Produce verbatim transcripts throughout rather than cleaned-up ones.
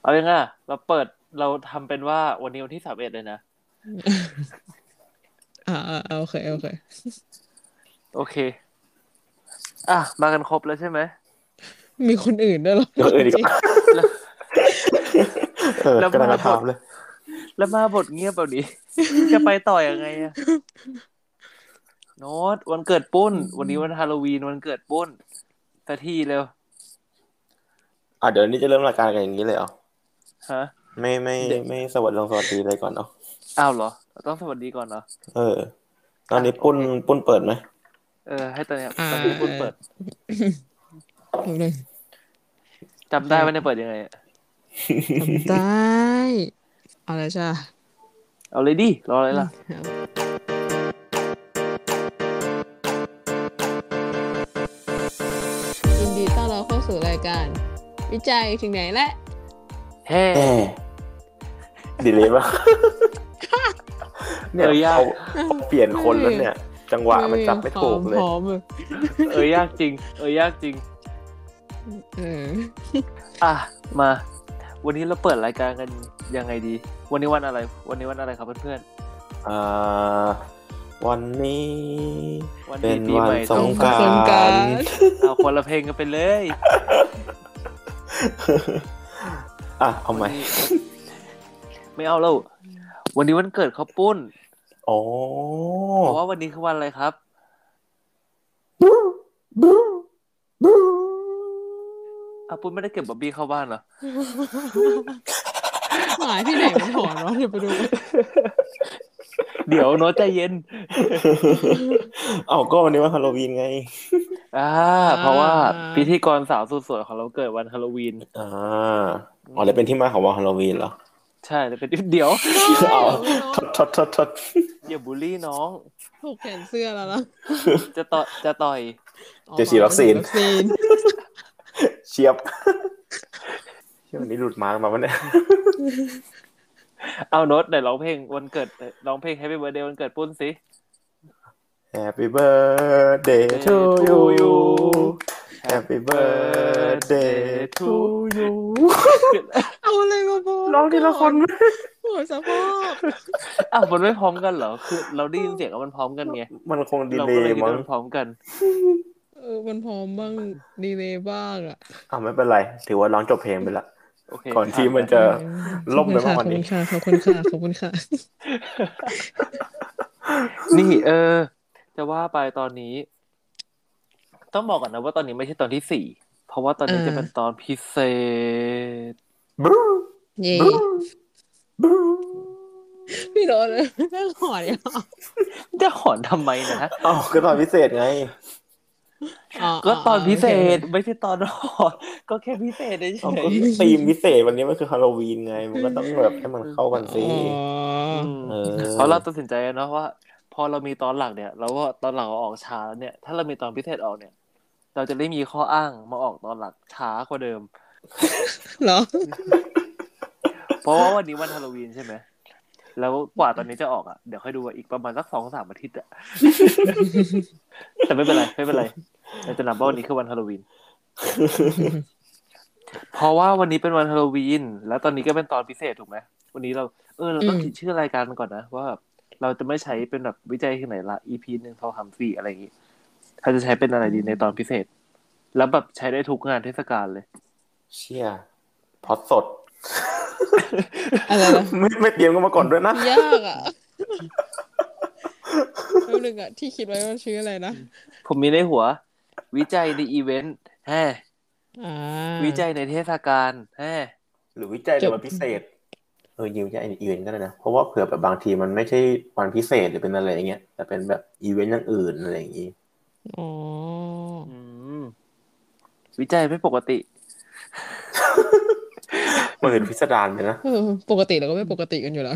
เอายังไงเราเปิดเราทำเป็นว่าวันนี้วันที่สามเอ็ดเลยนะอ่าอ่าโอเคโอเคโอเคอ่ะมากันครบแล้วใช่ไหมมีคนอื่นด้วยเหรอเออเออดีจกริงว่าเออแล้วกำลังมาจะบทถามเลยแล้วมาบทเงียบแบบนี้ จะไปต่อยังไงอะโน้ตวันเกิดปุ้นวันนี้วันฮาโลวีนวันเกิดปุ้นสักทีเร็วอ่ะเดี๋ยวนี้จะเริ่มรายการกันอย่างนี้เลยเหรอฮะไม่ไม่เด็กไม่สวัสดีลงสวัสดีอะไรก่อนเนาะอ้าวเหรอเราต้องสวัสดีก่อนเนาะเออตอนอ่ะนี้ปุ้นโอเคปุ้นเปิดไหมเออให้ตอนเนี้ยอ่าตอนนี้ปุ้นเปิดแป๊บนึงโอเคจำได้ว่าเนี่ยเปิดยังไงอะทำได้เอาละจ้ะเอาเลยดิรออะไรล่ะยินดีต้อนรับเข้าสู่รายการวิจัยถึงไหนและแฮ่แหมดีเลยปะเนี่ยเออยากเขาเขาเปลี่ยนคนแล้วเนี่ย จังหวะมันจับไม่ถูกเลยพร้อมๆเลยเออยากจริง เออยากจริงเอออ่ะมา วันนี้เราเปิดรายการกันยังไงดี วันนี้วันอะไร วันนี้วันอะไรครับเพื่อนอ่าวันนี้ๆวันเป็ดีนปีวัใหนม่สสงงกกรารานนต์ต์เอาคนละเพลงกันไปเลยอ่ะเอาไหมวันนี้ไม่เอาแล้ววันนี้วันเกิดเขาปุ้นโอ้เพราะว่าวันนี้คือวันอะไรครับ อ่ะปุ้นไม่ได้เก็บบ๊อบบี้เข้าบ้านเหรอหมาที่ไหนมันหอนวะเดี๋ยวไปดูเดี๋ยวโน้ตใจเย็นเอาก็วันนี้วันฮาโลวีนไงอ่า เพราะว่าพิธีกรสาวสุดสวยของเราเกิดวันฮาโลวีนอ่าอ๋อแล้วเป็นที่มาของวันฮาโลวีนเหรอใช่แต่เป็นเดี๋ยวเอาทดทดทดทดอย่าบูลลี่น้องถูกแขนเสื้อแล้วนะจะต่อจะต่อยจะฉีดวัคซีนวัคซีนเชียบเชื่อวันนี้หลุดมามาวันนี้เอาโน้ตไหนร้องเพลงวันเกิดร้องเพลง Happy Birthday วันเกิดปุ้นสิ Happy birthday to you Happy birthday to you เอาอะไรมาบอกร้องทีละคนไหมโอ้ยสภาพอ้าวมันไม่พร้อมกันเหรอคือเราได้ยินเสียงแล้วมันพร้อมกันไงมันคงดีเราเลก็เลยย์คิดมั้งว่ามันพร้อมกันเออมันพร้อมบ้างดีเลยบ้างอ่ะอ่าไม่เป็นไร ถือว่าร้องจบเพลงไปละโอเคก่อนที่มันจะล่มไปขมาอก บกว่าคุนี้ณค่ะขอบคุณค่ะขอบคุณค่ะนี่เออ จะว่าไปตอนนี้ ต้องบอกก่อนนะว่าตอนนี้ไม่ใช่ตอนที่สี่เพราะว่าตอนนี้อ่าจะเป็นตอนพิเศษบรูเย่บรูบรูพี่โดนเลยนั่งหอนเนี่ยจะหอนทำไมนะอ้าวก็ตอนพิเศษไงก็ตอนพิเศษไม่ใช่ตอนหอนก็แค่พิเศษเฉเอายก็ธีมพิเศษวันนี้มันคือฮาโลวีนไง มันก็ต้องแบบให้มันเข้ากันสิๆอืมเออเพราะเราตัดสินใจเนาะว่า พอเรามีตอนหลักเนี่ยเราก็ตอนหลังเราออกช้าแล้วเนี่ย ถ้าเรามีตอนพิเศษออกเนี่ย เราจะได้มีข้ออ้างมาออกตอนหลักช้ากว่าเดิมเหรอเพราะว่าวันนี้วันฮาโลวีนใช่ไหมแล้วกว่าตอนนี้จะออกอ่ะเดี๋ยวค่อยดูว่าอีกประมาณสักสองสามอาทิตย์อ่ะ แต่ไม่เป็นไรไม่เป็นไรเราจะนับว่าวันนี้คือวันฮาโลวีน เพราะว่าวันนี้เป็นวันฮาโลวีนแล้วตอนนี้ก็เป็นตอนพิเศษถูกไหมวันนี้เราเออเราต้องอืมคิดชื่อรายการก่อนนะว่าแบบเราจะไม่ใช้เป็นแบบวิจัยที่ไหนละ อี พี หนึ่งเท่าทำฟรีอะไรอย่างงี้เราจะใช้เป็นอะไรดีในตอนพิเศษ แล้วแบบใช้ได้ทุกงานเทศกาลเลยเชี่ยพล็อตสดอะไรนะไม่ไม่เตรียมกันมาก่อนด้วยนะยากอ่ะแป๊บนึงอ่ะที่คิดไว้ว่าชื่ออะไรนะผมมีในหัว วิจัยในอีเวนต์แฮอ่าวิจัยในเทศกาลแฮหรือวิจัยในวันพิเศษ เออยิงวิจัยในอีเวนต์ก็ได้นะ เพราะว่าเผื่อแบบบางทีมันไม่ใช่วันพิเศษหรือเป็นอะไรอย่างเงี้ย แต่เป็นแบบอีเวนต์อย่างอื่นอะไรอย่างงี้อ๋ออืมวิจัยไม่ปกติมันเป็นพิสดารเลยนะเออปกติเราก็ไม่ปกติกันอยู่แล้ว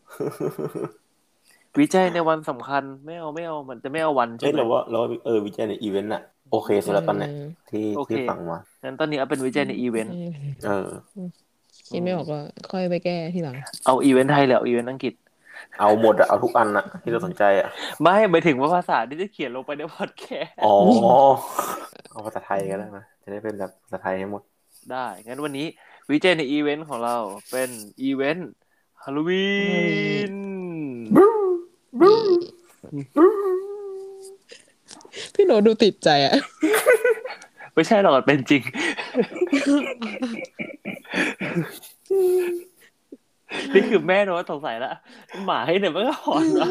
วิจัยในวันสำคัญไม่เอาไม่เอามันจะไม่เอาวันใช่เฮ้ยไหมเราว่าเราว่าเออวิจัยในอีเวนต์อะโอเคสุดแล้วตอนเนี้ยที่โอเคที่ฟังมางั้นตอนนี้เอาเป็นวิจัยในอีเวนต์เออคิดไม่ออกก็ค่อยไปแก้ทีหลังเอาอีเวนต์ไทยหรือเอาอีเวนต์อังกฤษเอาหมดอะเอาทุกอันอะที่เราสนใจอะไม่หมายถึงว่าภาษาที่จะเขียนลงไปในพอดแคสต์อ๋อเอาภาษาไทยก็ได้นะจะได้เป็นแบบภาษาไทยให้หมดได้งั้นวันนี้วิจัยในอีเวนต์ของเราเป็นอีเวนต์ฮาโลวีนพี่โนดูติดใจอ่ะไม่ใช่หรอกเป็นจริง นี่คือแม่โน้ตสงสัยแล้วหมาให้เนี่ยมันก็หอนวะ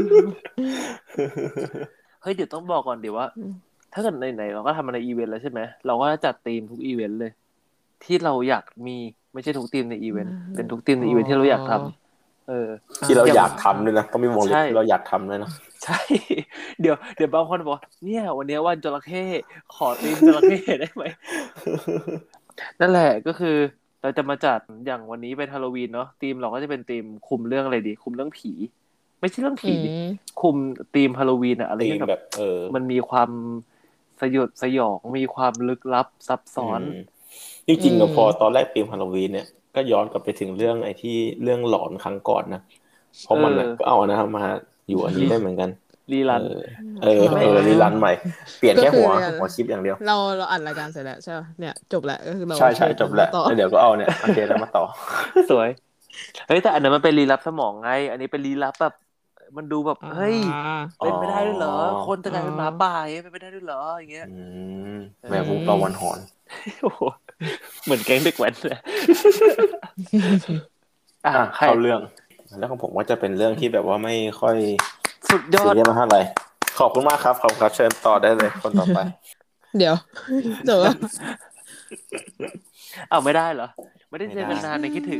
เฮ้ยเดี๋ยวต้องบอกก่อนดิว่า ถ้าเกิดไหนๆเราก็ทำอะไรอีเวนต์แล้วใช่ไหมเราก็จัดธีมทุกอีเวนต์เลย ที่เราอยากมีไม่ใช่ทุกธีมในอีเวนต์เป็นทุกธีมในอีเวนต์ที่เราอยากทำเออที่เราอยากทำด้วยนะต้องมีวงเล็บที่เราอยากทำด้วยนะใช่ เดี๋ยวเดี๋ยวบางคนบอกเนี่ยวันนี้วันจระเข้ขอธีมจระเข้ได้ไหม นั่นแหละก็คือเราจะมาจัดอย่างวันนี้เป็นฮาโลวีนเนาะธีมเราก็จะเป็นธีมคุมเรื่องอะไรดีคุมเรื่องผีไม่ใช่เรื่องผีดิคุมธีมฮาโลวีนอะอะไรที่แบบเออมันมีความสยดสยองมีความลึกลับซับซ้อนจริงๆพอตอนแรกธีมฮาโลวีนเนี่ยก็ย้อนกลับไปถึงเรื่องไอ้ที่เรื่องหลอนครั้งก่อนนะเพราะมันก็เอานะมาอยู่อันนี้ได้เหมือนกันรีรันเออเออรีรันใหม่เปลี่ยนแค่หัวหัวคลิปอย่างเดียวเราเราอัดรายการเสร็จแล้วใช่ป่ะเนี่ยจบแล้วก็คือเราใช่ใช่จบแล้วเดี๋ยวก็เอาเนี่ยโอเคแล้วมาต่อสวยเฮ้ยแต่อันนั้นมันเป็นรีลับสมองไงอันนี้เป็นรีลับแบบมันดูแบบเฮ้ยเป็นไม่ได้ด้วยเหรอคนจะกลายเป็นหมาป่าเป็นไม่ได้ด้วยเหรออย่างเงี้ยแม่มุกตะวันหอนเหมือนแก๊งเด็กแว้นเลยอ่ะเข้าเรื่องแล้วของผมก็จะเป็นเรื่องที่แบบว่าไม่ค่อยสุดยอดมาเท่าไหร่ขอบคุณมากครับขอบคุณครับเชิญต่อได้เลยคนต่อไปเดี๋ยวเดี๋ยวอ้าวไม่ได้เหรอไม่ได้เจอกันนานในคิดถึง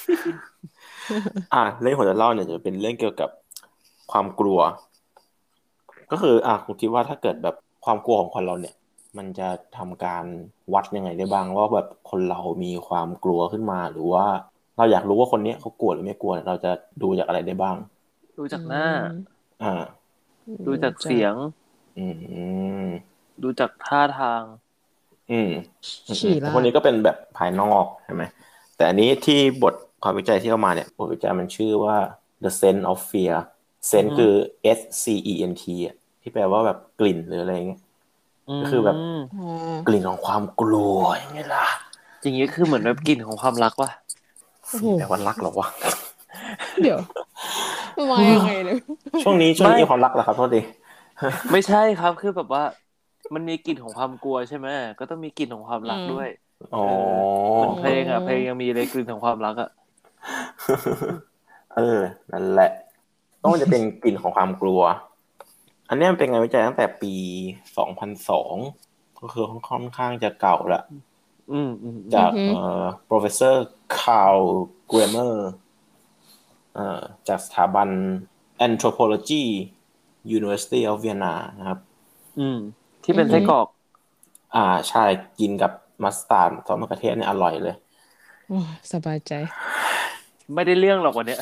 อ่ะเรื่องผมจะเล่าเนี่ยจะเป็นเรื่องเกี่ยวกับความกลัวก็คืออ่ะผมคิดว่าถ้าเกิดแบบความกลัวของคนเราเนี่ยมันจะทำการวัดยังไงได้บ้างว่าแบบคนเรามีความกลัวขึ้นมาหรือว่าเราอยากรู้ว่าคนนี้เขากลัวหรือไม่กลัวเราจะดูจากอะไรได้บ้างดูจากหน้าอ่าดูจากเสียงอืมดูจากท่าทางอืมคนนี้ก็เป็นแบบภายนอกใช่ไหมแต่อันนี้ที่บทความวิจัยที่เอามาเนี่ยบทวิจัยมันชื่อว่า The Scent of Fear Scent คือ S C E N T อ่ะที่แปลว่าแบบกลิ่นหรืออะไรเงี้ยก็คือแบบกลิ่นของความกลัวอย่างเงี้ยล่ะอย่างงี้คือเหมือนแบบกลิ่นของความรักว่ะแต่ว่ารักหรอวะเดี๋ยวมายังไงเนี่ยช่วงนี้ช่วงนี้ความรักเหรอครับโทษทีไม่ใช่ครับคือแบบว่ามันมีกลิ่นของความกลัวใช่ไหมก็ต้องมีกลิ่นของความรักด้วยอ๋อเหมือนเพลงอ่ะเพลงยังมีเลยกลิ่นของความรักอ่ะเออนั่นแหละต้องจะเป็นกลิ่นของความกลัวอันนี้มันเป็นงานวิจัยตั้งแต่ปีสองพันสองก็คือค่อนข้างจะเก่าละจากเอ่อ professor Carl Grammer เอ่อจากสถาบัน Anthropology University of Vienna นะครับอืมที่เป็นไส้กรอกอ่าใช่กินกับมัสตาร์ดซอสมะเขือเทศเนี่ยอร่อยเลยโอ้สบายใจไม่ได้เรื่องหรอกวันเนี้ย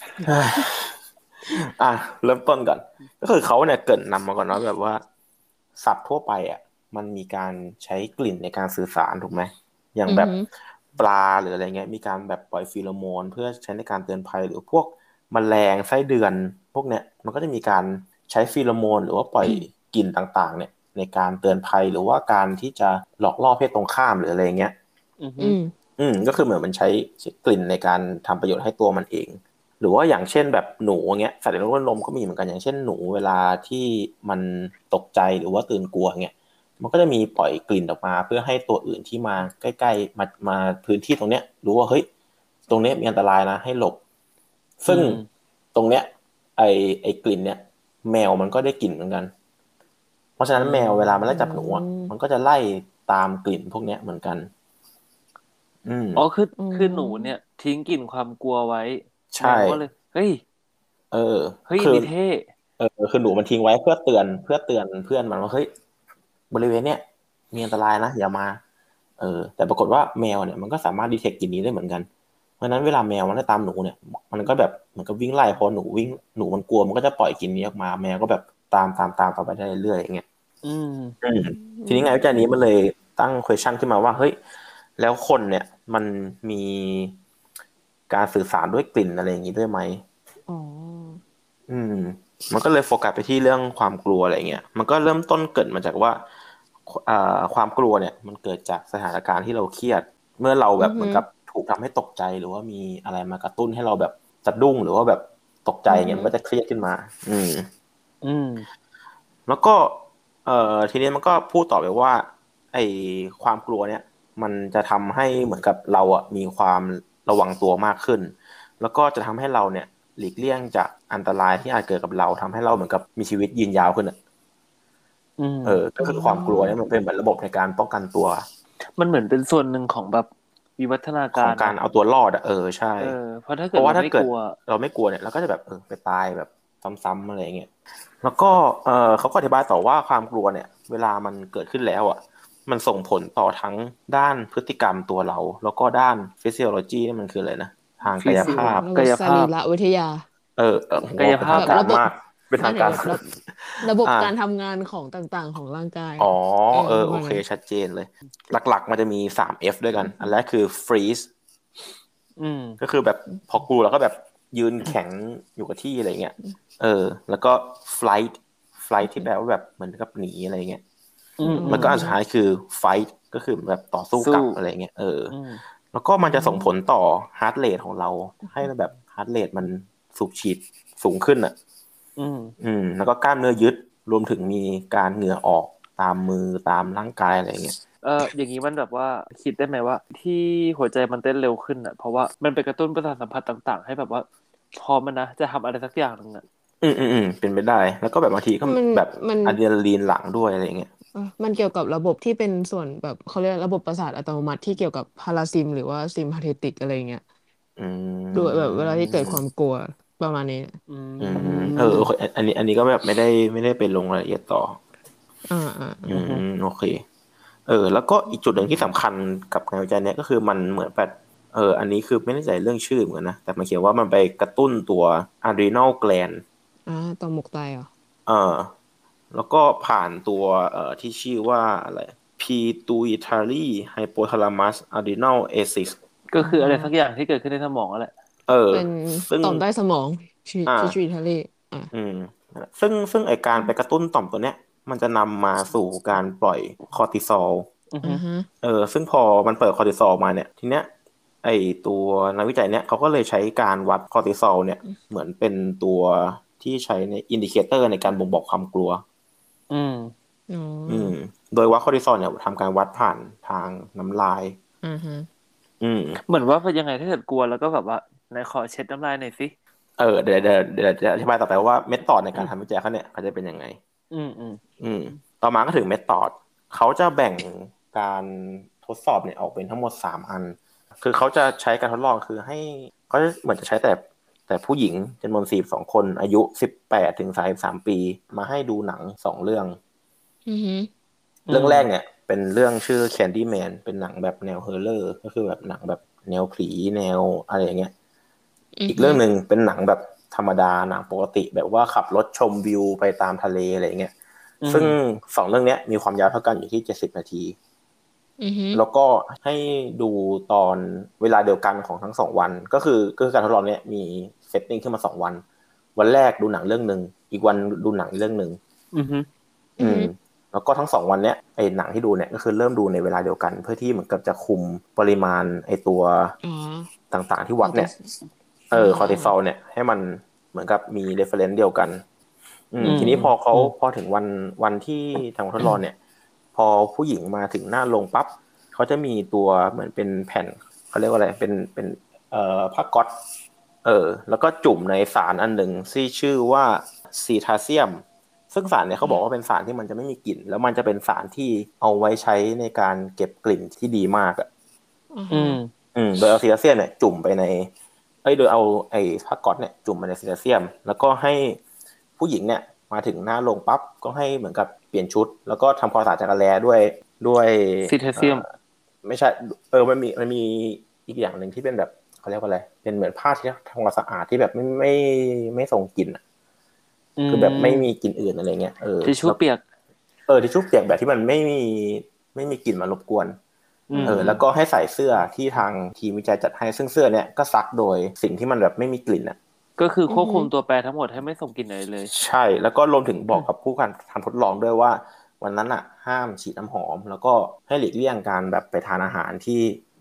อ่ะเริ่มต้นก่อนก็คือเขาเนี่ยเกริ่นนำมาก่อนเนาะแบบว่าสัตว์ทั่วไปอ่ะมันมีการใช้กลิ่นในการสื่อสารถูกไหมอย่างแบบปลาหรืออะไรเงี้ยมีการแบบปล่อยฟีโรโมนเพื่อใช้ในการเตือนภัยหรือพวกแมลงไส้เดือนพวกเนี้ยมันก็จะมีการใช้ฟีโรโมนหรือว่าปล่อยกลิ่นต่างๆเนี่ยในการเตือนภัยหรือว่าการที่จะหลอกล่อเพศตรงข้ามหรืออะไรเงี้ยอืมอืมก็คือเหมือนมันใช้กลิ่นในการทำประโยชน์ให้ตัวมันเองหรือว่าอย่างเช่นแบบหนูเงี้ยสัตว์เลี้ยงลูกด้วยนมก็มีเหมือนกันอย่างเช่นหนูเวลาที่มันตกใจหรือว่าตื่นกลัวเงี้ยมันก็จะมีปล่อยกลิ่นออกมาเพื่อให้ตัวอื่นที่มาใกล้ๆมามาพื้นที่ตรงเนี้ยรู้ว่าเฮ้ยตรงเนี้ยมีอันตรายนะให้หลบซึ่งตรงเนี้ยไอไอกลิ่นเนี้ยแมวมันก็ได้กลิ่นเหมือนกันเพราะฉะนั้นแมวเวลามันไล่จับหนูอ่ะมันก็จะไล่ตามกลิ่นพวกเนี้ยเหมือนกันอ๋อคือคือหนูเนี่ยทิ้งกลิ่นความกลัวไว้ใช่ก็เลยเฮ้ยเออเฮ้ยมีเท่เออคือหนูมันทิ้งไว้เพื่อเตือนเพื่อเตือนเพื่อนมันว่าเฮ้ยบริเวณเนี้ยมีอันตรายนะอย่ามาเออแต่ปรากฏว่าแมวเนี่ยมันก็สามารถดีเทคกลิ่นนี้ได้เหมือนกันเพราะฉะนั้นเวลาแมวมันไล่ตามหนูเนี่ยมันก็แบบเหมือนกับวิ่งไล่พอหนูวิ่งหนูมันกลัวมันก็จะปล่อยกลิ่นนี้ออกมาแมวก็แบบตามตามตามต่อไปได้เรื่อยๆอย่างเงี้ยอืมทีนี้งานวิจัยนี้มันเลยตั้ง question ขึ้นมาว่าเฮ้ยแล้วคนเนี่ยมันมีการสื่อสารด้วยกลิ่นอะไรอย่างนี้ด้วยไหมอ๋ออืมมันก็เลยโฟกัสไปที่เรื่องความกลัวอะไรเงี้ยมันก็เริ่มต้นเกิดมาจากว่าอ่าความกลัวเนี่ยมันเกิดจากสถานการณ์ที่เราเครียดเมื่อเราแบอือฮึบเหมือนกับถูกทำให้ตกใจหรือว่ามีอะไรมากระตุ้นให้เราแบบสะดุ้งหรือว่าแบบตกใจอือฮึเงี้ยมันก็จะเครียดขึ้นมา อืมอืมแล้วก็เอ่อทีนี้มันก็พูดต่อไปว่าไอ้ความกลัวเนี่ยมันจะทำให้เหมือนกับเราอ่ะมีความระวังตัวมากขึ้นแล้วก็จะทำให้เราเนี่ยหลีกเลี่ยงจากอันตรายที่อาจเกิดกับเราทำให้เราเหมือนกับมีชีวิตยืนยาวขึ้นอ่ะอืมเออก็อ๋คือความกลัวเนี่ยอมันเป็นเหมือนระบบในการป้องกันตัวมันเหมือนเป็นส่วนหนึ่งของแบบวิวัฒนาของการเนาะการเอาตัวรอดอ่ะเออใช่เออเพราะถ้าเพราะเกิดเราว่าถ้าเกิดไม่กลัวเราไม่กลัวเนี่ยเราก็จะแบบเออไปตายแบบซ้ำๆอะไรอย่างเงี้ย แล้วก็เออเขาก็อธิบายต่อว่าความกลัวเนี่ยเวลามันเกิดขึ้นแล้วอ่ะมันส่งผลต่อทั้งด้านพฤติกรรมตัวเราแล้วก็ด้านฟิสิโอโลจีนี่มันคืออะไรนะทางกายฟิสิโอภาพระบบสกายภาพรีรวิทยาเออเออโหกายเป็นทางภาพแบบระบบการมากเป็นหมายถึทางการงแบบระระบบอ่าการทำงานของต่างๆของร่างกายอ๋อเออเออโอเคประมาณนั้นชัดเจนเลยหลักๆมันจะมีสาม F ด้วยกันอันแรกคือ freeze อืมก็คือแบบพอกลัวแล้วก็แบบยืนแข็งอยู่กับที่อะไรเงี้ยเออแล้วก็ flight flight ที่แปลว่าแบบเหมือนกับหนีอะไรเงี้ยอืมอืมแล้วก็อันสุดท้ายคือ fight ก็คือแบบต่อสู้กสู้ลับอะไรเงี้ยเอออืมแล้วก็อ๋อมันจะส่งผลต่อ heart rate ของเราให้แบบ heart rate มันสูบฉีดสูงขึ้นอ่ะอืมอืมแล้วก็กล้ามเนื้อยึดรวมถึงมีการเหงื่อออกตามมือตามร่างกายอะไรเงี้ยเอออย่างนี้มันแบบว่าคิดได้ไหมว่าที่หัวใจมันเต้นเร็วขึ้นอ่ะเพราะว่ามันไปกระตุ้นประสาทสัมผัสต่างๆให้แบบว่าพร้อมมันนะจะทำอะไรสักอย่างหนึ่งอ่ะอืมอืมอืมเป็นไปได้แล้วก็แบบบางทีก็มันแบบมันอะดรีนาลีนหลั่งด้วยอะไรเงี้ยเอ่อมันเกี่ยวกับระบบที่เป็นส่วนแบบเขาเรียกระบบประสาทอัตโนมัติที่เกี่ยวกับพาราซิมหรือว่าซิมพาเทติกอะไรเงี้ยอืโดยแบบเวลาที่เกิดความมกลัวประมาณนี้อือืมเออโอเคมอันนี้อันนี้ก็แบบไม่ได้ไม่ได้ไปลงรายละเอียดต่ออ่าอ่าอือืมมโอเค เออแล้วก็อีกจุดหนึ่งที่สำคัญกับงานวิจัยเนี้ยก็คือมันเหมือนแบบเอออันนี้คือไม่แน่ใจเรื่องชื่อเหมือนกันนะแต่มันเขียนว่ามันไปกระตุ้นตัว adrenal gland อ่าต่อมหมกไตเหรอเออแล้วก็ผ่านตัวเอ่อที่ชื่อว่าอะไร pituitary hypothalamus adrenal axis ก็อ๋อคืออะไรสักอย่างที่เกิดขึ้นในสมองนั่นแหละเออเป็นซึ่งต่อมใต้สมองพิอ่าพิทรีทารีอ่าอืมซึ่งซึ่งไอการไปกระตุ้นต่อมตัวเนี้ยมันจะนำมาสู่การปล่อยคอร์ติซอลอือฮึอ่าฮะเออซึ่งพอมันเปิดคอร์ติซอลมาเนี่ยทีเนี้ยไอตัวนักวิจัยเนี่ยเขาก็เลยใช้การวัดคอร์ติซอลเนี่ยเหมือนเป็นตัวที่ใช้ในอินดิเคเตอร์ในการบ่งบอกความกลัวอืมอ๋ออืมโดยวัดคอร์ติซอลเนี่ยทำการวัดผ่านทางน้ำลายอ่าฮะอืมเหมือนว่ายังไงถ้าเกิดกลัวแล้วก็แบบว่าไหนขอเช็ดน้ำลายหน่อยสิเออเดี๋ยวเดี๋ยวเดี๋ยวจะอธิบายต่อไปว่าเมธอดในการทำวิจัยเขาเนี่ยเขาจะเป็นยังไงอืมอืมอืมต่อมาก็ถึงเมธอดเขาจะแบ่งการทดสอบเนี่ยออกเป็นทั้งหมดสามอัน คือเขาจะใช้การทดลองคือให้เขาจะเหมือนจะใช้แต่แต่ผู้หญิงจำนวนสี่สองคนอายุสิบแปดถึงสามสิบสามปีมาให้ดูหนังสองเรื่องอือฮึเรื่องแรกเนี่ยเป็นเรื่องชื่อ Candyman เป็นหนังแบบแนวเฮอร์เรอร์ก็คือแบบหนังแบบแนวผีแนวอะไรอย่างเงี้ยอือฮึอีกเรื่องหนึ่งเป็นหนังแบบธรรมดาหนังปกติแบบว่าขับรถชมวิวไปตามทะเลอะไรอย่างเงี้ยอืมซึ่งสองเรื่องเนี้ยมีความยาวเท่ากันอยู่ที่เจ็ดสิบนาทีอือฮึแล้วก็ให้ดูตอนเวลาเดียวกันของทั้งสองวันก็คือก็คือการทดลองเนี้ยมีเซตติ้งขึ้นมาสองวันวันแรกดูหนังเรื่องหนึ่งอีกวันดูหนังเรื่องหนึ่งอืมอืมอืมแล้วก็ทั้งสองวันเนี้ยไอ้หนังที่ดูเนี่ยก็คือเริ่มดูในเวลาเดียวกันเพื่อที่เหมือนกับจะคุมปริมาณไอ้ตัวอ๋อต่างๆที่คอร์ติวัดเนี่ยเออ่าอคอร์ติฮะอ่าซอลเนี่ยให้มันเหมือนกับมี reference เดียวกันอืมอืมทีนี้พอเขาอืมพอถึงวันวันที่ทำการทดลองเนี่ยพอผู้หญิงมาถึงหน้าโรงปั๊บ เขาจะมีตัวเหมือนเป็นแผ่นเขาเรียกว่าอะไรเป็นเป็นเอ่อผ้าก๊อซเออแล้วก็จุ่มในสารอันหนึ่งที่ชื่อว่าซีทาเซียมซึ่งสารเนี่ยเขาบอกว่าเป็นสารที่มันจะไม่มีกลิ่นแล้วมันจะเป็นสารที่เอาไว้ใช้ในการเก็บกลิ่นที่ดีมากอ่ะอ่าอืฮะมอืมโดยเอาซีทาเซียมเนี่ยจุ่มไปในเอ้ยโดยเอาไอ้ผ้าก๊อซเนี่ยจุ่มไปในซีทาเซียมแล้วก็ให้ผู้หญิงเนี่ยมาถึงหน้าโรงปั๊บก็ให้เหมือนกับเปลี่ยนชุดแล้วก็ทำความสะอาดจักรแลด้วยด้วยซิเทเซียมเอ่อ ไม่ใช่เออมันมีมันมีอีกอย่างหนึ่งที่เป็นแบบเขาเรียกว่าอะไรเป็นเหมือนผ้าที่ทำความสะอาดที่แบบไม่ไม่ไม่ส่งกลิ่นอะอืคือแบบไม่มีมกลิ่นอื่นอะไรเงี้ยเออทิชชู่แล้วเปียกเออทิชชู่เปียกแบบที่มันไม่มีไม่มีกลิ่นมารบกวนอืมเออแล้วก็ให้ใส่เสื้อที่ทางทีมวิจัยจัดให้ซึ่งเสื้อเนี้ยก็ซักโดยสิ่งที่มันแบบไม่มีกลิ่นอ่ะก็คืออือฮึควบคุมตัวแปรทั้งหมดให้ไม่ส่งกลิ่นอะไรเลยใช่แล้วก็รวมถึงบอกกับผู้การทำทดลองด้วยว่าวันนั้นอ่ะห้ามฉีดน้ำหอมแล้วก็ให้หลีกเลี่ยงการแบบไปทานอาหารที่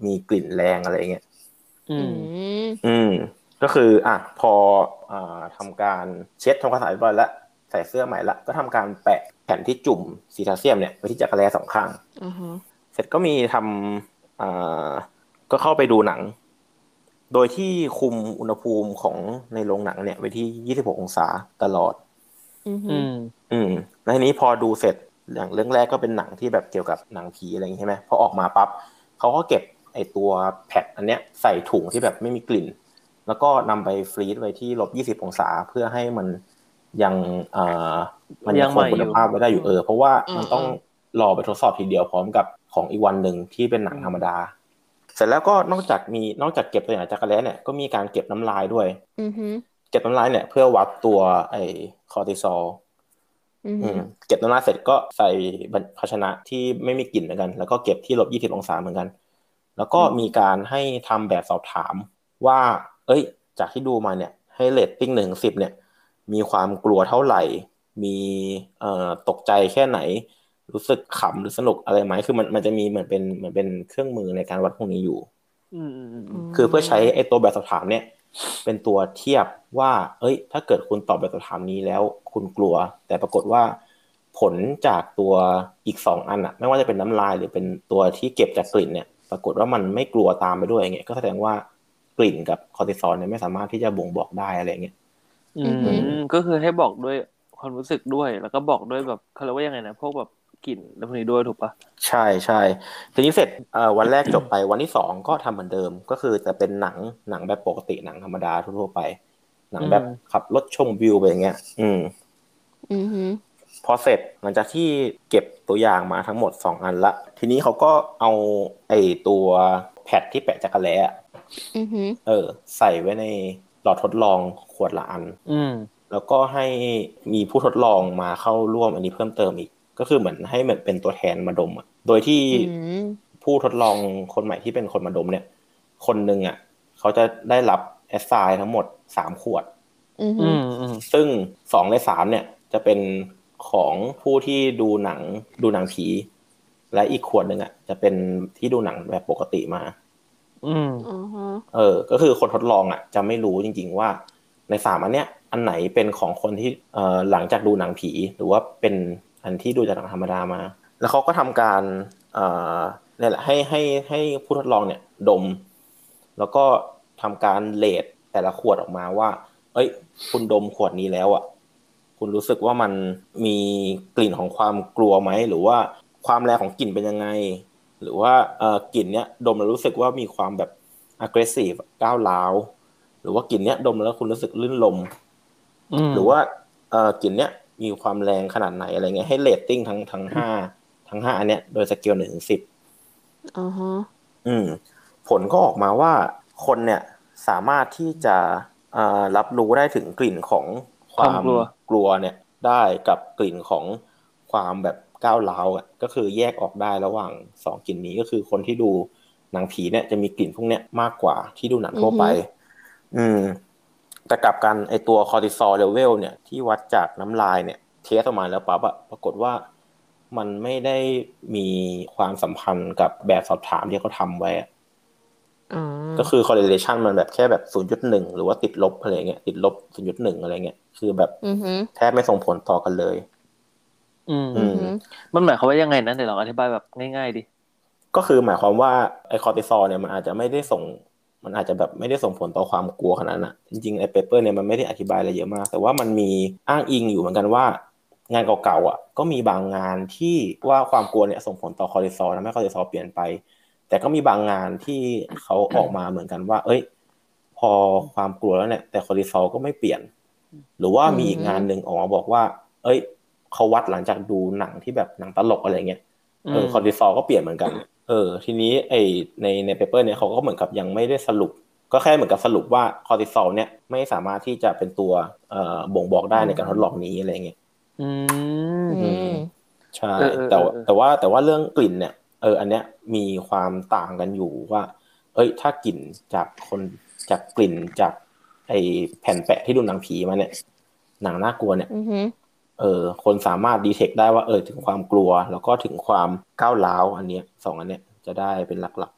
มีกลิ่นแรงอะไรเงี้ยอืมอืมก็คืออ่ะพออ่าทำการเช็ดทำความสะอาดเรียบร้อยแล้วใส่เสื้อใหม่ละก็ทำการแปะแผ่นที่จุ่มสีแคลเซียมเนี่ยไปที่จักรแลสองข้างอ่าฮะเสร็จก็มีทำอ่าก็เข้าไปดูหนังโดยที่คุมอุณหภูมิของในโรงหนังเนี่ยไว้ที่ยี่สิบหกองศาตลอดอือฮึอืมอืมแล้วทีนี้พอดูเสร็จอย่างเรื่องแรกก็เป็นหนังที่แบบเกี่ยวกับหนังผีอะไรอย่างนี้ใช่ไหมพอออกมาปั๊บเขาก็เก็บไอตัวแพดอันเนี้ยใส่ถุงที่แบบไม่มีกลิ่นแล้วก็นำไปฟรีซไว้ที่ลบยี่สิบองศาเพื่อให้มันยังเอ่อมันยังคงคุณภาพไว้ได้อยู่เออเพราะว่ามันต้องรอไปทดสอบทีเดียวพร้อมกับของอีกวันหนึ่งที่เป็นหนังธรรมดาเสร็จแล้วก็นอกจากมีนอกจากเก็บตัวอย่างจักรแล้เนี่ยก็มีการเก็บน้ำลายด้วยอือฮึเก็บน้ำลายเนี่ยเพื่อวัดตัวไอคอร์ติซอลอือฮึอืมเก็บน้ำลายเสร็จก็ใส่ภาชนะที่ไม่มีกลิ่นเหมือนกันแล้วก็เก็บที่ลบยี่สิบองศาเหมือนกันแล้วก็มีการให้ทำแบบสอบถามว่าเอ้ยจากที่ดูมาเนี่ยให้เรตติ้งหนึ่งสิบเนี่ยมีความกลัวเท่าไหร่มีเอ่อตกใจแค่ไหนรู้สึกขำหรือสนุกอะไรไหมคือมันมันจะมีเหมือนเป็นเหมือนเป็นเครื่องมือในการวัดพวกนี้อยู่อืมอืมอืมคือเพื่อใช้ไอ้ตัวแบบสอบถามเนี่ยเป็นตัวเทียบว่าเอ้ยถ้าเกิดคุณตอบแบบสอบถามนี้แล้วคุณกลัวแต่ปรากฏว่าผลจากตัวอีกสองอันอะไม่ว่าจะเป็นน้ำลายหรือเป็นตัวที่เก็บจากกลิ่นเนี่ยปรากฏว่ามันไม่กลัวตามไปด้วยอย่างเงี้ยก็แสดงว่ากลิ่นกับคอร์ติซอลเนี่ยไม่สามารถที่จะบ่งบอกได้อะไรเงี้ยอืมก็คือให้บอกด้วยความรู้สึกด้วยแล้วก็บอกด้วยแบบเขาเรียกว่ายังไงนะพวกแบบกลิ่นแล้วพวกนี้ด้วยถูกปะใช่ใช่ทีนี้เสร็จเอ่อวันแรกจบไปวันที่สองก็ทำเหมือนเดิมก็คือจะเป็นหนังหนังแบบปกติหนังธรรมดาทั่วๆไปหนังแบบขับรถชมวิวไปอย่างเงี้ยอืมอือฮึพอเสร็จหลังจากที่เก็บตัวอย่างมาทั้งหมดสองอันละทีนี้เขาก็เอาไอ้ตัวแพดที่แปะจักรแล้อือฮึเออใส่ไว้ในหลอดทดลองขวดละอันอืมแล้วก็ให้มีผู้ทดลองมาเข้าร่วมอันนี้เพิ่มเติมอีกก็คือเหมือนให้เหมือนเป็นตัวแทนมาดมอ่ะโดยที่อืมผู้ทดลองคนใหม่ที่เป็นคนมาดมเนี่ยคนหนึ่งอ่ะเขาจะได้รับแอสไซน์ทั้งหมดสามขวดอือฮึอืมอืมซึ่งสองในสามเนี่ยจะเป็นของผู้ที่ดูหนังดูหนังผีและอีกขวดหนึ่งอ่ะจะเป็นที่ดูหนังแบบปกติมาอืมอ่าฮะเออก็คือคนทดลองอ่ะจะไม่รู้จริงๆว่าในสามอันเนี้ยอันไหนเป็นของคนที่เอ่อหลังจากดูหนังผีหรือว่าเป็นอันที่ดูจากหนังธรรมดามาแล้วเขาก็ทำการเอ่อเนี่ยแหละให้ให้ให้ผู้ทดลองเนี่ยดมแล้วก็ทำการเรทแต่ละขวดออกมาว่าเอ้ยคุณดมขวดนี้แล้วอ่ะคุณรู้สึกว่ามันมีกลิ่นของความกลัวไหมหรือว่าความแรงของกลิ่นเป็นยังไงหรือว่าเอ่อกลิ่นเนี้ยดมแล้วรู้สึกว่ามีความแบบ aggressive ก้าวร้าวหรือว่ากลิ่นเนี้ยดมแล้วคุณรู้สึกลื่นลมอืมหรือว่าเอ่อกลิ่นเนี้ยมีความแรงขนาดไหนอะไรเงี้ยให้เรตติ้งทั้งทั้งห้าทั้งห้าอันเนี้ยโดยสเกลหนึ่งถึงสิบอ่าฮะอืมผลก็ออกมาว่าคนเนี่ยสามารถที่จะเอ่อรับรู้ได้ถึงกลิ่นของความความกลัวกลัวเนี่ยได้กับกลิ่นของความแบบก้าวร้าวอ่ะก็คือแยกออกได้ระหว่างสองกลิ่นนี้ก็คือคนที่ดูหนังผีเนี่ยจะมีกลิ่นพวกเนี้ยมากกว่าที่ดูหนังอือฮึทั่วไปอืมแต่กลับกันไอตัวคอร์ติซอลเลเวลเนี่ยที่วัดจากน้ำลายเนี่ยเทสออกมาแล้วปั๊บอะปรากฏว่ามันไม่ได้มีความสัมพันธ์กับแบบสอบถามที่เขาทำไว้อะอ่ก็คือา correlation มันแบบแค่แบบ ศูนย์จุดหนึ่ง หรือว่าติดลบอะไรเงี้ยติดลบ ศูนย์จุดหนึ่ง อะไรเงี้ยคือแบบอือฮึแทบไม่ส่งผลต่อกันเลยอืมอืมอือฮึมันหมายความว่ายังไงนะเดี๋ยวลองอธิบายแบบง่ายๆดิก็คือหมายความว่าไอคอร์ติซอลเนี่ยมันอาจจะไม่ได้ส่งมันอาจจะแบบไม่ได้ส่งผลต่อความกลัวขนาดนั้นนะจริงๆไอเปเปอร์เนี่ยมันไม่ได้อธิบายอะไรเยอะมากแต่ว่ามันมีอ้างอิงอยู่เหมือนกันว่างานเก่าๆอ่ะก็มีบางงานที่ว่าความกลัวเนี่ยส่งผลต่อคอร์ติซอลทำให้คอร์ติซอลเปลี่ยนไปแต่ก็มีบางงานที่เขาออกมาเหมือนกันว่าเอ้ยพอความกลัวแล้วเนี่ยแต่คอร์ติซอลก็ไม่เปลี่ยนหรือว่าอืมีอีกงานหนึ่งมออกมาบอกว่าเอ้ยเขาวัดหลังจากดูหนังที่แบบหนังตลกอะไรเงี้ยอืเออมคอร์ติซอลก็เปลี่ยนเหมือนกัน เออทีนี้ไอในในเปเปอร์เนี่ยเขาก็เหมือนกับยังไม่ได้สรุปก็แค่เหมือนกับสรุปว่าคอร์ติซอลเนี่ยไม่สามารถที่จะเป็นตัวเอ่อบ่งบอกได้อืในการทดลองมนี้อะไรเงี้ยอืมอือืมมใช่เออเออแต่เออเออว่าแต่ว่าแต่ว่าเรื่องกลิ่นเนี่ยเอออันเนี้ยมีความต่างกันอยู่ว่าเอ้ยถ้ากลิ่นจากคนจากกลิ่นจากไอแผ่นแปะที่ดูหนังผีมาเนี่ยหนังน่ากลัวเนี่ยอือฮึเออคนสามารถดีเทคได้ว่าเออถึงความกลัวแล้วก็ถึงความก้าวร้าวอันเนี้ยสองอันเนี้ยจะได้เป็นหลัก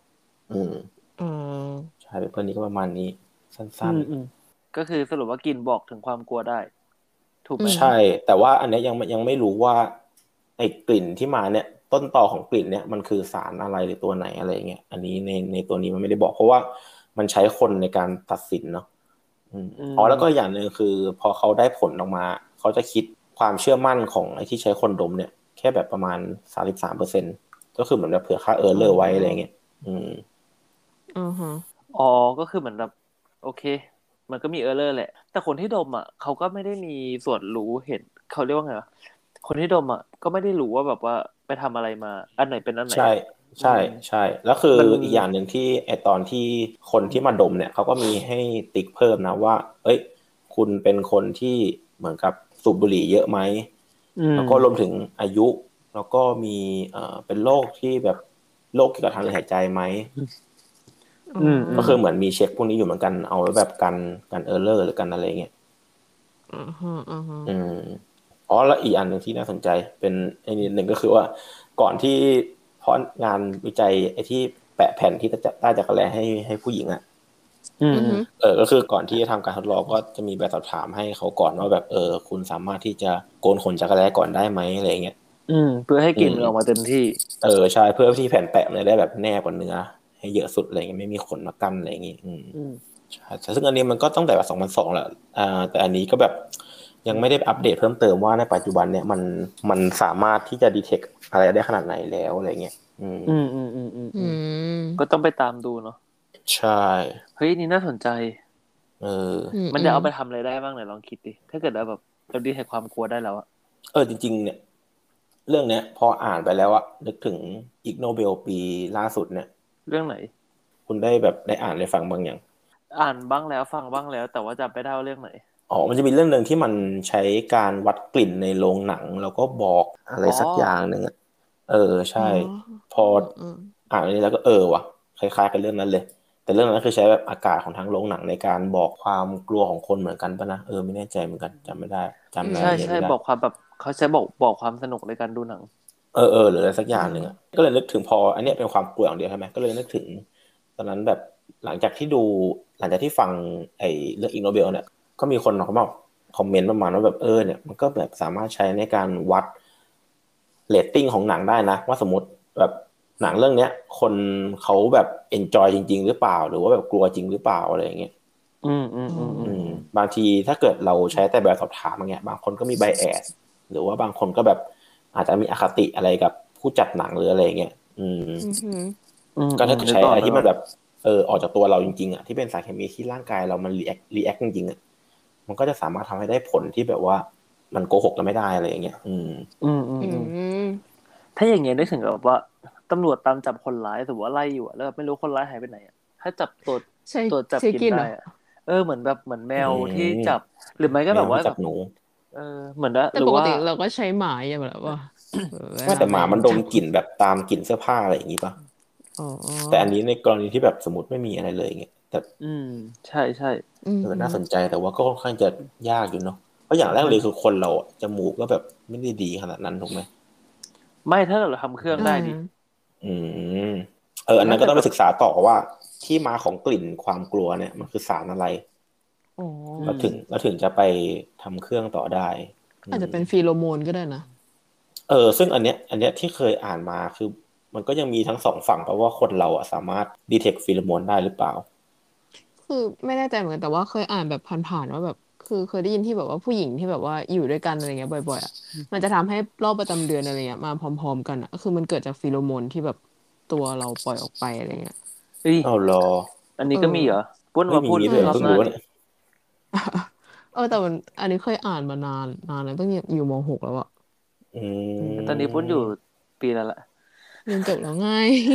อืมอ๋อใช่เพื่อนนี้ก็ประมาณนี้สัอื้นมอืมก็คือสรุปว่ากลิ่นบอกถึงความกลัวได้ ถูกไหมอืมๆ ใช่ แต่ว่าอันเนี้ยยังยังไม่รู้ว่าไอ้กลิ่นที่มาเนี่ย ต้นตอของกลิ่นเนี่ยมันคือสารอะไรหรือตัวไหนอะไรเงี้ยอันนี้ในในตัวนี้มันไม่ได้บอกเพราะว่ามันใช้คนในการตัดสินเนาะอืมอืมอ๋อแล้วก็อย่างหนึ่งคือ พอเขาได้ผลออกมา เขาจะคิดความเชื่อมั่นของไอ้ที่ใช้คนดมเนี่ย แค่แบบประมาณสามสิบสามเปอร์เซ็นต์ก็คือเหมือนแบบเผื่อค่าเออร์เลอร์ไว้อะไรเงี้ยอืมอือฮะอ๋อก็คือเหมือนแบบโอเค มันก็มีเออร์เลอร์แหละ แต่คนที่ดมอ่ะเขาก็ไม่ได้มีส่วนรู้เห็นเขาเรียกว่าไงวะคนที่ดมอ่ะก็ไม่ได้รู้ว่าแบบว่าไปทำอะไรมา อันไหนเป็นอันไหนใช่อะใช่อืมใช่แล้วคือมันอีกอย่างหนึ่งที่ไอตอนที่คนที่มาดมเนี่ยเขาก็มีให้ติ๊กเพิ่มนะว่า เอ้ย คุณเป็นคนที่เหมือนกับสูบบุหรี่เยอะไหมอืมแล้วก็รวมถึงอายุ แล้วก็มีเอ่อเป็นโรคที่แบบโรคเกี่ยวกับทางเดินหายใจไหมอ๋ออืมก็คือเหมือนมีเช็คพวกนี้อยู่เหมือนกันเอาไว้แบบกันกันเออร์เลอร์หรือกันอะไรเงี้ยอ่าฮะอ่าฮะอืมอ๋อแล้วอีกอันหนึ่งที่น่าสนใจเป็นไอ้นี่หนึ่งก็คือว่าก่อนที่เพราะงานวิจัยไอ้ที่แปะแผ่นที่จะใต้จักรแลให้ให้ผู้หญิงอ่ะอืมอือฮึเออก็คือก่อนที่จะทำการทดลองก็จะมีแบบสอบถามให้เขาก่อนว่าแบบเออคุณสามารถที่จะโกนขนจักรแลก่อนได้ไหมอะไรเงี้ยอืมเพื่อให้กลิ่นอืมมันออกมาเต็มที่เออใช่เพื่อที่แผ่นแปะมันจะได้แบบแนบกว่าเนื้อให้เยอะสุดอะไรเงี้ยไม่มีขนมากั้นอะไรอย่างงี้อืมอืมใช่ซึ่งอันนี้มันก็ตั้งแต่แบบสองพันสองแหละอ่าแต่อันนี้ก็แบบยังไม่ได้อัปเดตเพิ่มเติมว่าในปัจจุบันเนี่ยมันมันสามารถที่จะดีเทคอะไรได้ขนาดไหนแล้วอะไรเงี้ยอืมอืมอืมอืมอืมอือืมมก็ต้องไปตามดูเนาะใช่เฮ้ยนี่น่าสนใจเอออืมมันจะเอาไปทำอะไรได้บ้างไหนลองคิดดิ ถ้าเกิดว่าแบบเราดีให้ความกลัวได้แล้วอะเออจริงๆเนี่ยเรื่องเนี้ยพออ่านไปแล้วอะนึกถึงอิกโนเบลปีล่าสุดเนี่ยเรื่องไหนคุณได้แบบได้อ่านได้ฟังบางอย่างอ่านบ้างแล้วฟังบ้างแล้ว แต่ว่าจำไม่ได้ว่าเรื่องไหนอ๋อมันจะมีเรื่องหนึ่งที่มันใช้การวัดกลิ่นในโรงหนังแล้วก็บอกอะไรสักอย่างหนึ่งอะเออใช่อ๋อพออืมอ่านอันนี้แล้วก็เออว่ะคล้ายๆกันเรื่องนั้นเลย แต่เรื่องนั้นคือใช้แบบอากาศของทางโรงหนังในการบอกความกลัวของคนเหมือนกันปะนะเออไม่แน่ใจเหมือนกันจำไม่ได้จำรายใช่ละเอียดใช่ไม่ได้บอกความแบบเขาใช้บอกบอกความสนุกในการดูหนังเออเออหรืออะไรสักอย่างหนึ่งอ่ะก็เลยนึกถึงพออันเนี้ยเป็นความกลัวอย่างเดียวใช่ไหมก็เลยนึกถึงตอนนั้นแบบหลังจากที่ดูหลังจากที่ฟังไอ้เรื่องอิกโนเบลเนี่ยก็มีคนเขามาคอมเมนต์ประมาณว่าแบบเออเนี่ยมันก็แบบสามารถใช้ในการวัดเรตติ้งของหนังได้นะว่าสมมติแบบหนังเรื่องเนี้ยคนเขาแบบเอนจอยจริงๆหรือเปล่าหรือว่าแบบกลัวจริงหรือเปล่าอะไรอย่างเงี้ยอืมอืมอืมอือืมมบางทีถ้าเกิดเราใช้แต่แบบสอบถามอย่างเงี้ยบางคนก็มีไบแอสหรือว่าบางคนก็แบบอาจจะมีอคติอะไรกับผู้จัดหนังหรืออะไรเงี้ยอืมอือฮึอืมก็ถ้าเกิดนึกใช้ออกอะไรนึกที่อมัอน กแบบเออออกจากตัวเราจริงๆอ่ะที่เป็นสารเคมีที่ร่างกายเรามันรีแอครีแอคจริงๆอ่ะมันก็จะสามารถทำให้ได้ผลที่แบบว่ามันโกหกกันไม่ได้อะไรอย่างเงี้ยอืมอืมอืมอือืมมถ้าอย่างเงี้ยนึกถึงแบบว่าตำรวจตามจับคนร้ายสมมติว่าไล่อยู่อะแล้วแบบไม่รู้คนร้ายหายไปไหนอะถ้าจับตัวใช่ตัวจับใช่กินกินเหรได้ออะเออเหมือนแบบเหมือนแมวอืมที่จับ หรือไม่ก็แมแบวบว่าที่แบจับบหนูเออเหมือนว่าแต่หรือปกว่าติเราก็ใช้หมาอย่างแบบว่าเออเวไม่ลาแต่หมาแมวมันดมจับกลิ่นแบบตามกลิ่นเสื้อผ้าอะไรอย่างงี้ป่ะอ๋อแต่อันนี้ในกรณีที่แบบสมมติไม่มีอะไรเลยเงี้ยแต่อืมใช่ใช่อืมเออน่าสนใจแต่ว่าก็ค่อนข้างจะยากอยู่เนาะเพราะอย่างแรกเลยคือคนเราอะจมูกก็แบบไม่ได้ดีขนาดนั้นถูกไหมไม่ถ้าเราทำเครื่องอ่าได้ดิอืมเอออันนั้นก็ถ้าเกิดต้องไปศึกษาต่อว่าที่มาของกลิ่นความกลัวเนี่ยมันคือสารอะไรอ๋อแล้วถึงแล้วถึงจะไปทำเครื่องต่อได้อือาจจะมเป็นฟีโรโมนก็ได้นะเออซึ่งอันเนี้ยอันเนี้ยที่เคยอ่านมาคือมันก็ยังมีทั้งสองฝั่งเพราะว่าคนเราอะสามารถดีเทคฟีโรโมนได้หรือเปล่าคือไม่แน่ใจเหมือนกันแต่ว่าเคยอ่านแบบผ่านๆว่าแบบคือเคยได้ยินที่แบบว่าผู้หญิงที่แบบว่าอยู่ด้วยกันอะไรเงี้ยบ่อยๆอ่ะมันจะทำให้รอบประจำเดือนอะไรเงี้ยมาพร้อมๆกันอ่ะก็คือมันเกิดจากฟีโรโมนที่แบบตัวเราปล่อยออกไปอะไรเงี้ยเอ้ยเอารออันนี้เออก็มีเหรอปุ้นเฮ้ยมามีพูดงี้ด้วยเหรอรอบเพิ่หงน้ารู้ดิเนี่ยเออแต่มันอันนี้เคยอ่านมานานนานแล้วตั้งอยู่มหกแล้วอะอืมตอนนี้ปุ้นอยู่ปีแล้วล่ะเรียนจบแล้วไง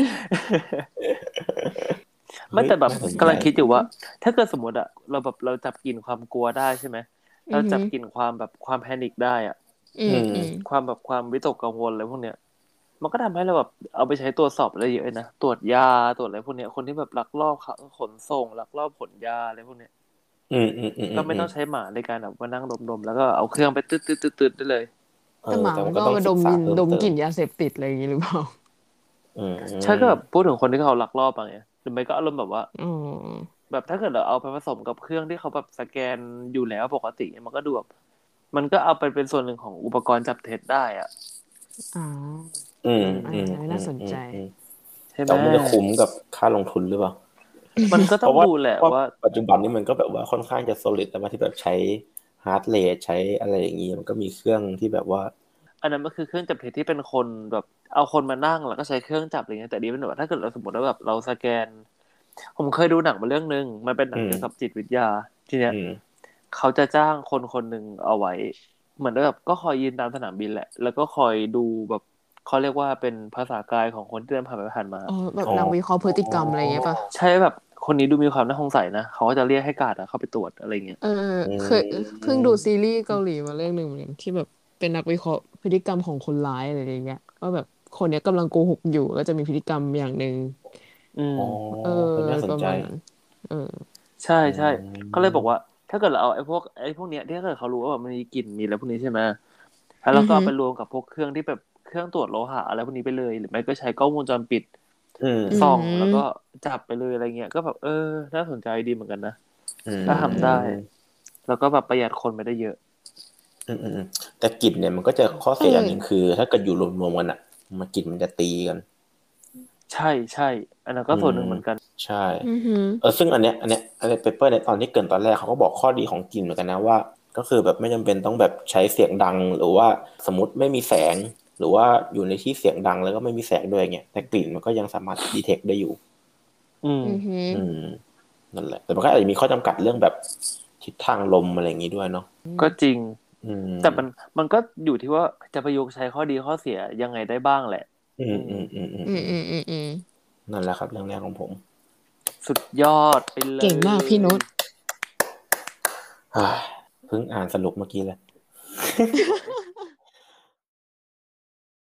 ไม่แต่แบบเฮ้ยน่าสนใจกำลังคิดอยู่ว่า ถ้าเกิดสมมติอะเราแบบเราจับกลิ่นความกลัวได้ใช่ไหมอืเราอหืจับอกลิ่นความแบบความแพนิคได้อะอืมอืมความแบบความวิตกกังวลอะไรพวกเนี้ย มันก็ทำให้เราแบบเอาไปใช้ตรวจสอบอะไรเยอะเลยนะตรวจยาตรวจอะไรพวกเนี้ยคนที่แบบลักลอบขนส่งลักลอบขนยาอะไรพวกเนี้ยอืมอืมอืมก็ไม่ต้องใช้หมาในการแบบมานั่งดมๆแล้วก็เอาเครื่องไปตืดๆๆๆได้เลยเอแต่อหมาแต่มัมันนก็ก็ต้องมาดศึกมษากินเพิ่มดมเติกลิ่มนยาเสพติดอะไรอย่างงี้หรือเปล่าอืมใช่ก็แบบพูดถึงคนที่เขาลักลอบอะไรเงี้ยหรือไม่ก็อารมณ์แบบว่าอ๋อแบบถ้าเกิดเราเอาไปผสมกับเครื่องที่เขาแบบสแกนอยู่แล้วปกติมันก็ดูแบบมันก็เอาไปเป็นส่วนหนึ่งของอุปกรณ์จับเท็จได้อ่ะอ๋ออืมอันอืมนี้อืน่าม สนอืใจมอืมใช่ไหมแต่ว่ามันจะคุ้มกับค่าลงทุนหรือเปล่ามันก็เพต้องราะว่าดูแหละว่าว่าปัจจุบันนี้มันก็แบบว่าค่อนข้างจะ solid แต่ว่าที่แบบใช้ฮาร์ดเรทใช้อะไรอย่างงี้มันก็มีเครื่องที่แบบว่าอันนั้นมันคือเครื่องจับเท็จที่เป็นคนแบบเอาคนมานั่งแล้วก็ใช้เครื่องจับอะไรเงี้ยแต่ดีเป็นแบบถ้าเกิดเราสมมติว่าแบบเราสแกน ผมเคยดูหนังมาเรื่องนึงมันเป็นหนังอืมเกี่ยวกับจิตวิทยาทีเนี้ยอืมเขาจะจ้างคนคนหนึ่งเอาไว้ เหมือนแบบก็คอยยืนตามสนามบินแหละ แล้วก็คอยดูแบบเขาเรียกว่าเป็นภาษากายของคนที่เดินผ่านไปผ่านมาอ๋อ แบบอ๋อนักวิเคราะห์พฤติกรรมอะไรอย่างเงี้ยป่ะใช่แบบคนนี้ดูมีความน่าสงสัยนะเขาก็จะเรียกให้การ์ดอะเข้าไปตรวจอะไรเงี้ยเอออืเคยเพิ่งดูซีรีส์เกาหลีมาเรื่องหนึ่งเหมือนกันที่แบบเป็นนักวิเคราะห์พฤติกรรมของคนร้ายอะไรอย่างเงี้ยว่าแบบคนเนี้ยกำลังโกหกอยู่ก็จะมีพฤติกรรมอย่างหนึ่งอืมอ๋อเออเป็นน่าสปนระใจมาณนั้น เออใช่ใช่อืมก็เลยบอกว่า ถ้าเกิดเราเอาไอ้พวกไอ้พวกเนี้ยที่ถ้าเกิดเขารู้ว่าแบบมันมีกลิ่นมีอะไรพวกนี้ใช่ไหมแล้วเราก็เอาไปรวมกับพวกเครื่องที่แบบเครื่องตรวจโลหะอะไรพวกนี้ไปเลย หรือไม่ก็ใช้กล้องวงจรปิดอืมส่องอืมแล้วก็จับไปเลยอะไรเงี้ยก็แบบเออน่าสนใจดีเหมือนกันนะอืมถ้าทำได้ แล้วก็แบบประหยัดคนไปได้เยอะอืมอืมอืมแต่กลิ่นเนี่ยมันก็จะข้อเอเสียออย่างหนึ่งคือ ถ้าเกิดอยู่รวมๆกันอ่ะมันกลิ่นมันจะตีกันใช่ใช่อันนั้นก็ส่วนหนึ่งเหมือนกันใช่อือหือเออซึ่งอันเนี้ยอันเนี้ยอันเนี้ยเปเปอร์เนี่ยตอนที่เกรินตอนแรกเขาก็บอกข้อดีของกลิ่นเหมือนกันนะว่า ก็คือแบบไม่จำเป็นต้องแบบใช้เสียงดัง หรือว่าสมมติไม่มีแสง หรือว่าอยู่ในที่เสียงดังแล้วก็ไม่มีแสงด้วยเงี้ยแต่กลิ่นมันก็ยังสามารถดีเทคได้อยู่อืมอือหืออืมนั่นแหละ แต่มันก็อาจจะมีข้อจำกัดเรื่องแบบทิศทางลมอะไรอย่างนี้ด้วยเนาะก็จริงอืมแต่มันมันก็อยู่ที่ว่าจะประยุกต์ใช้ข้อดีข้อเสียยังไงได้บ้างแหละอืมอืมอืมอืมอืมอืมอืมอืมนั่นแหละครับเรื่องแรกของผมสุดยอดไปเลยเก่งมากพี่โน้ตเฮ้ยเพิ่งอ่านสรุปเมื่อกี้เลย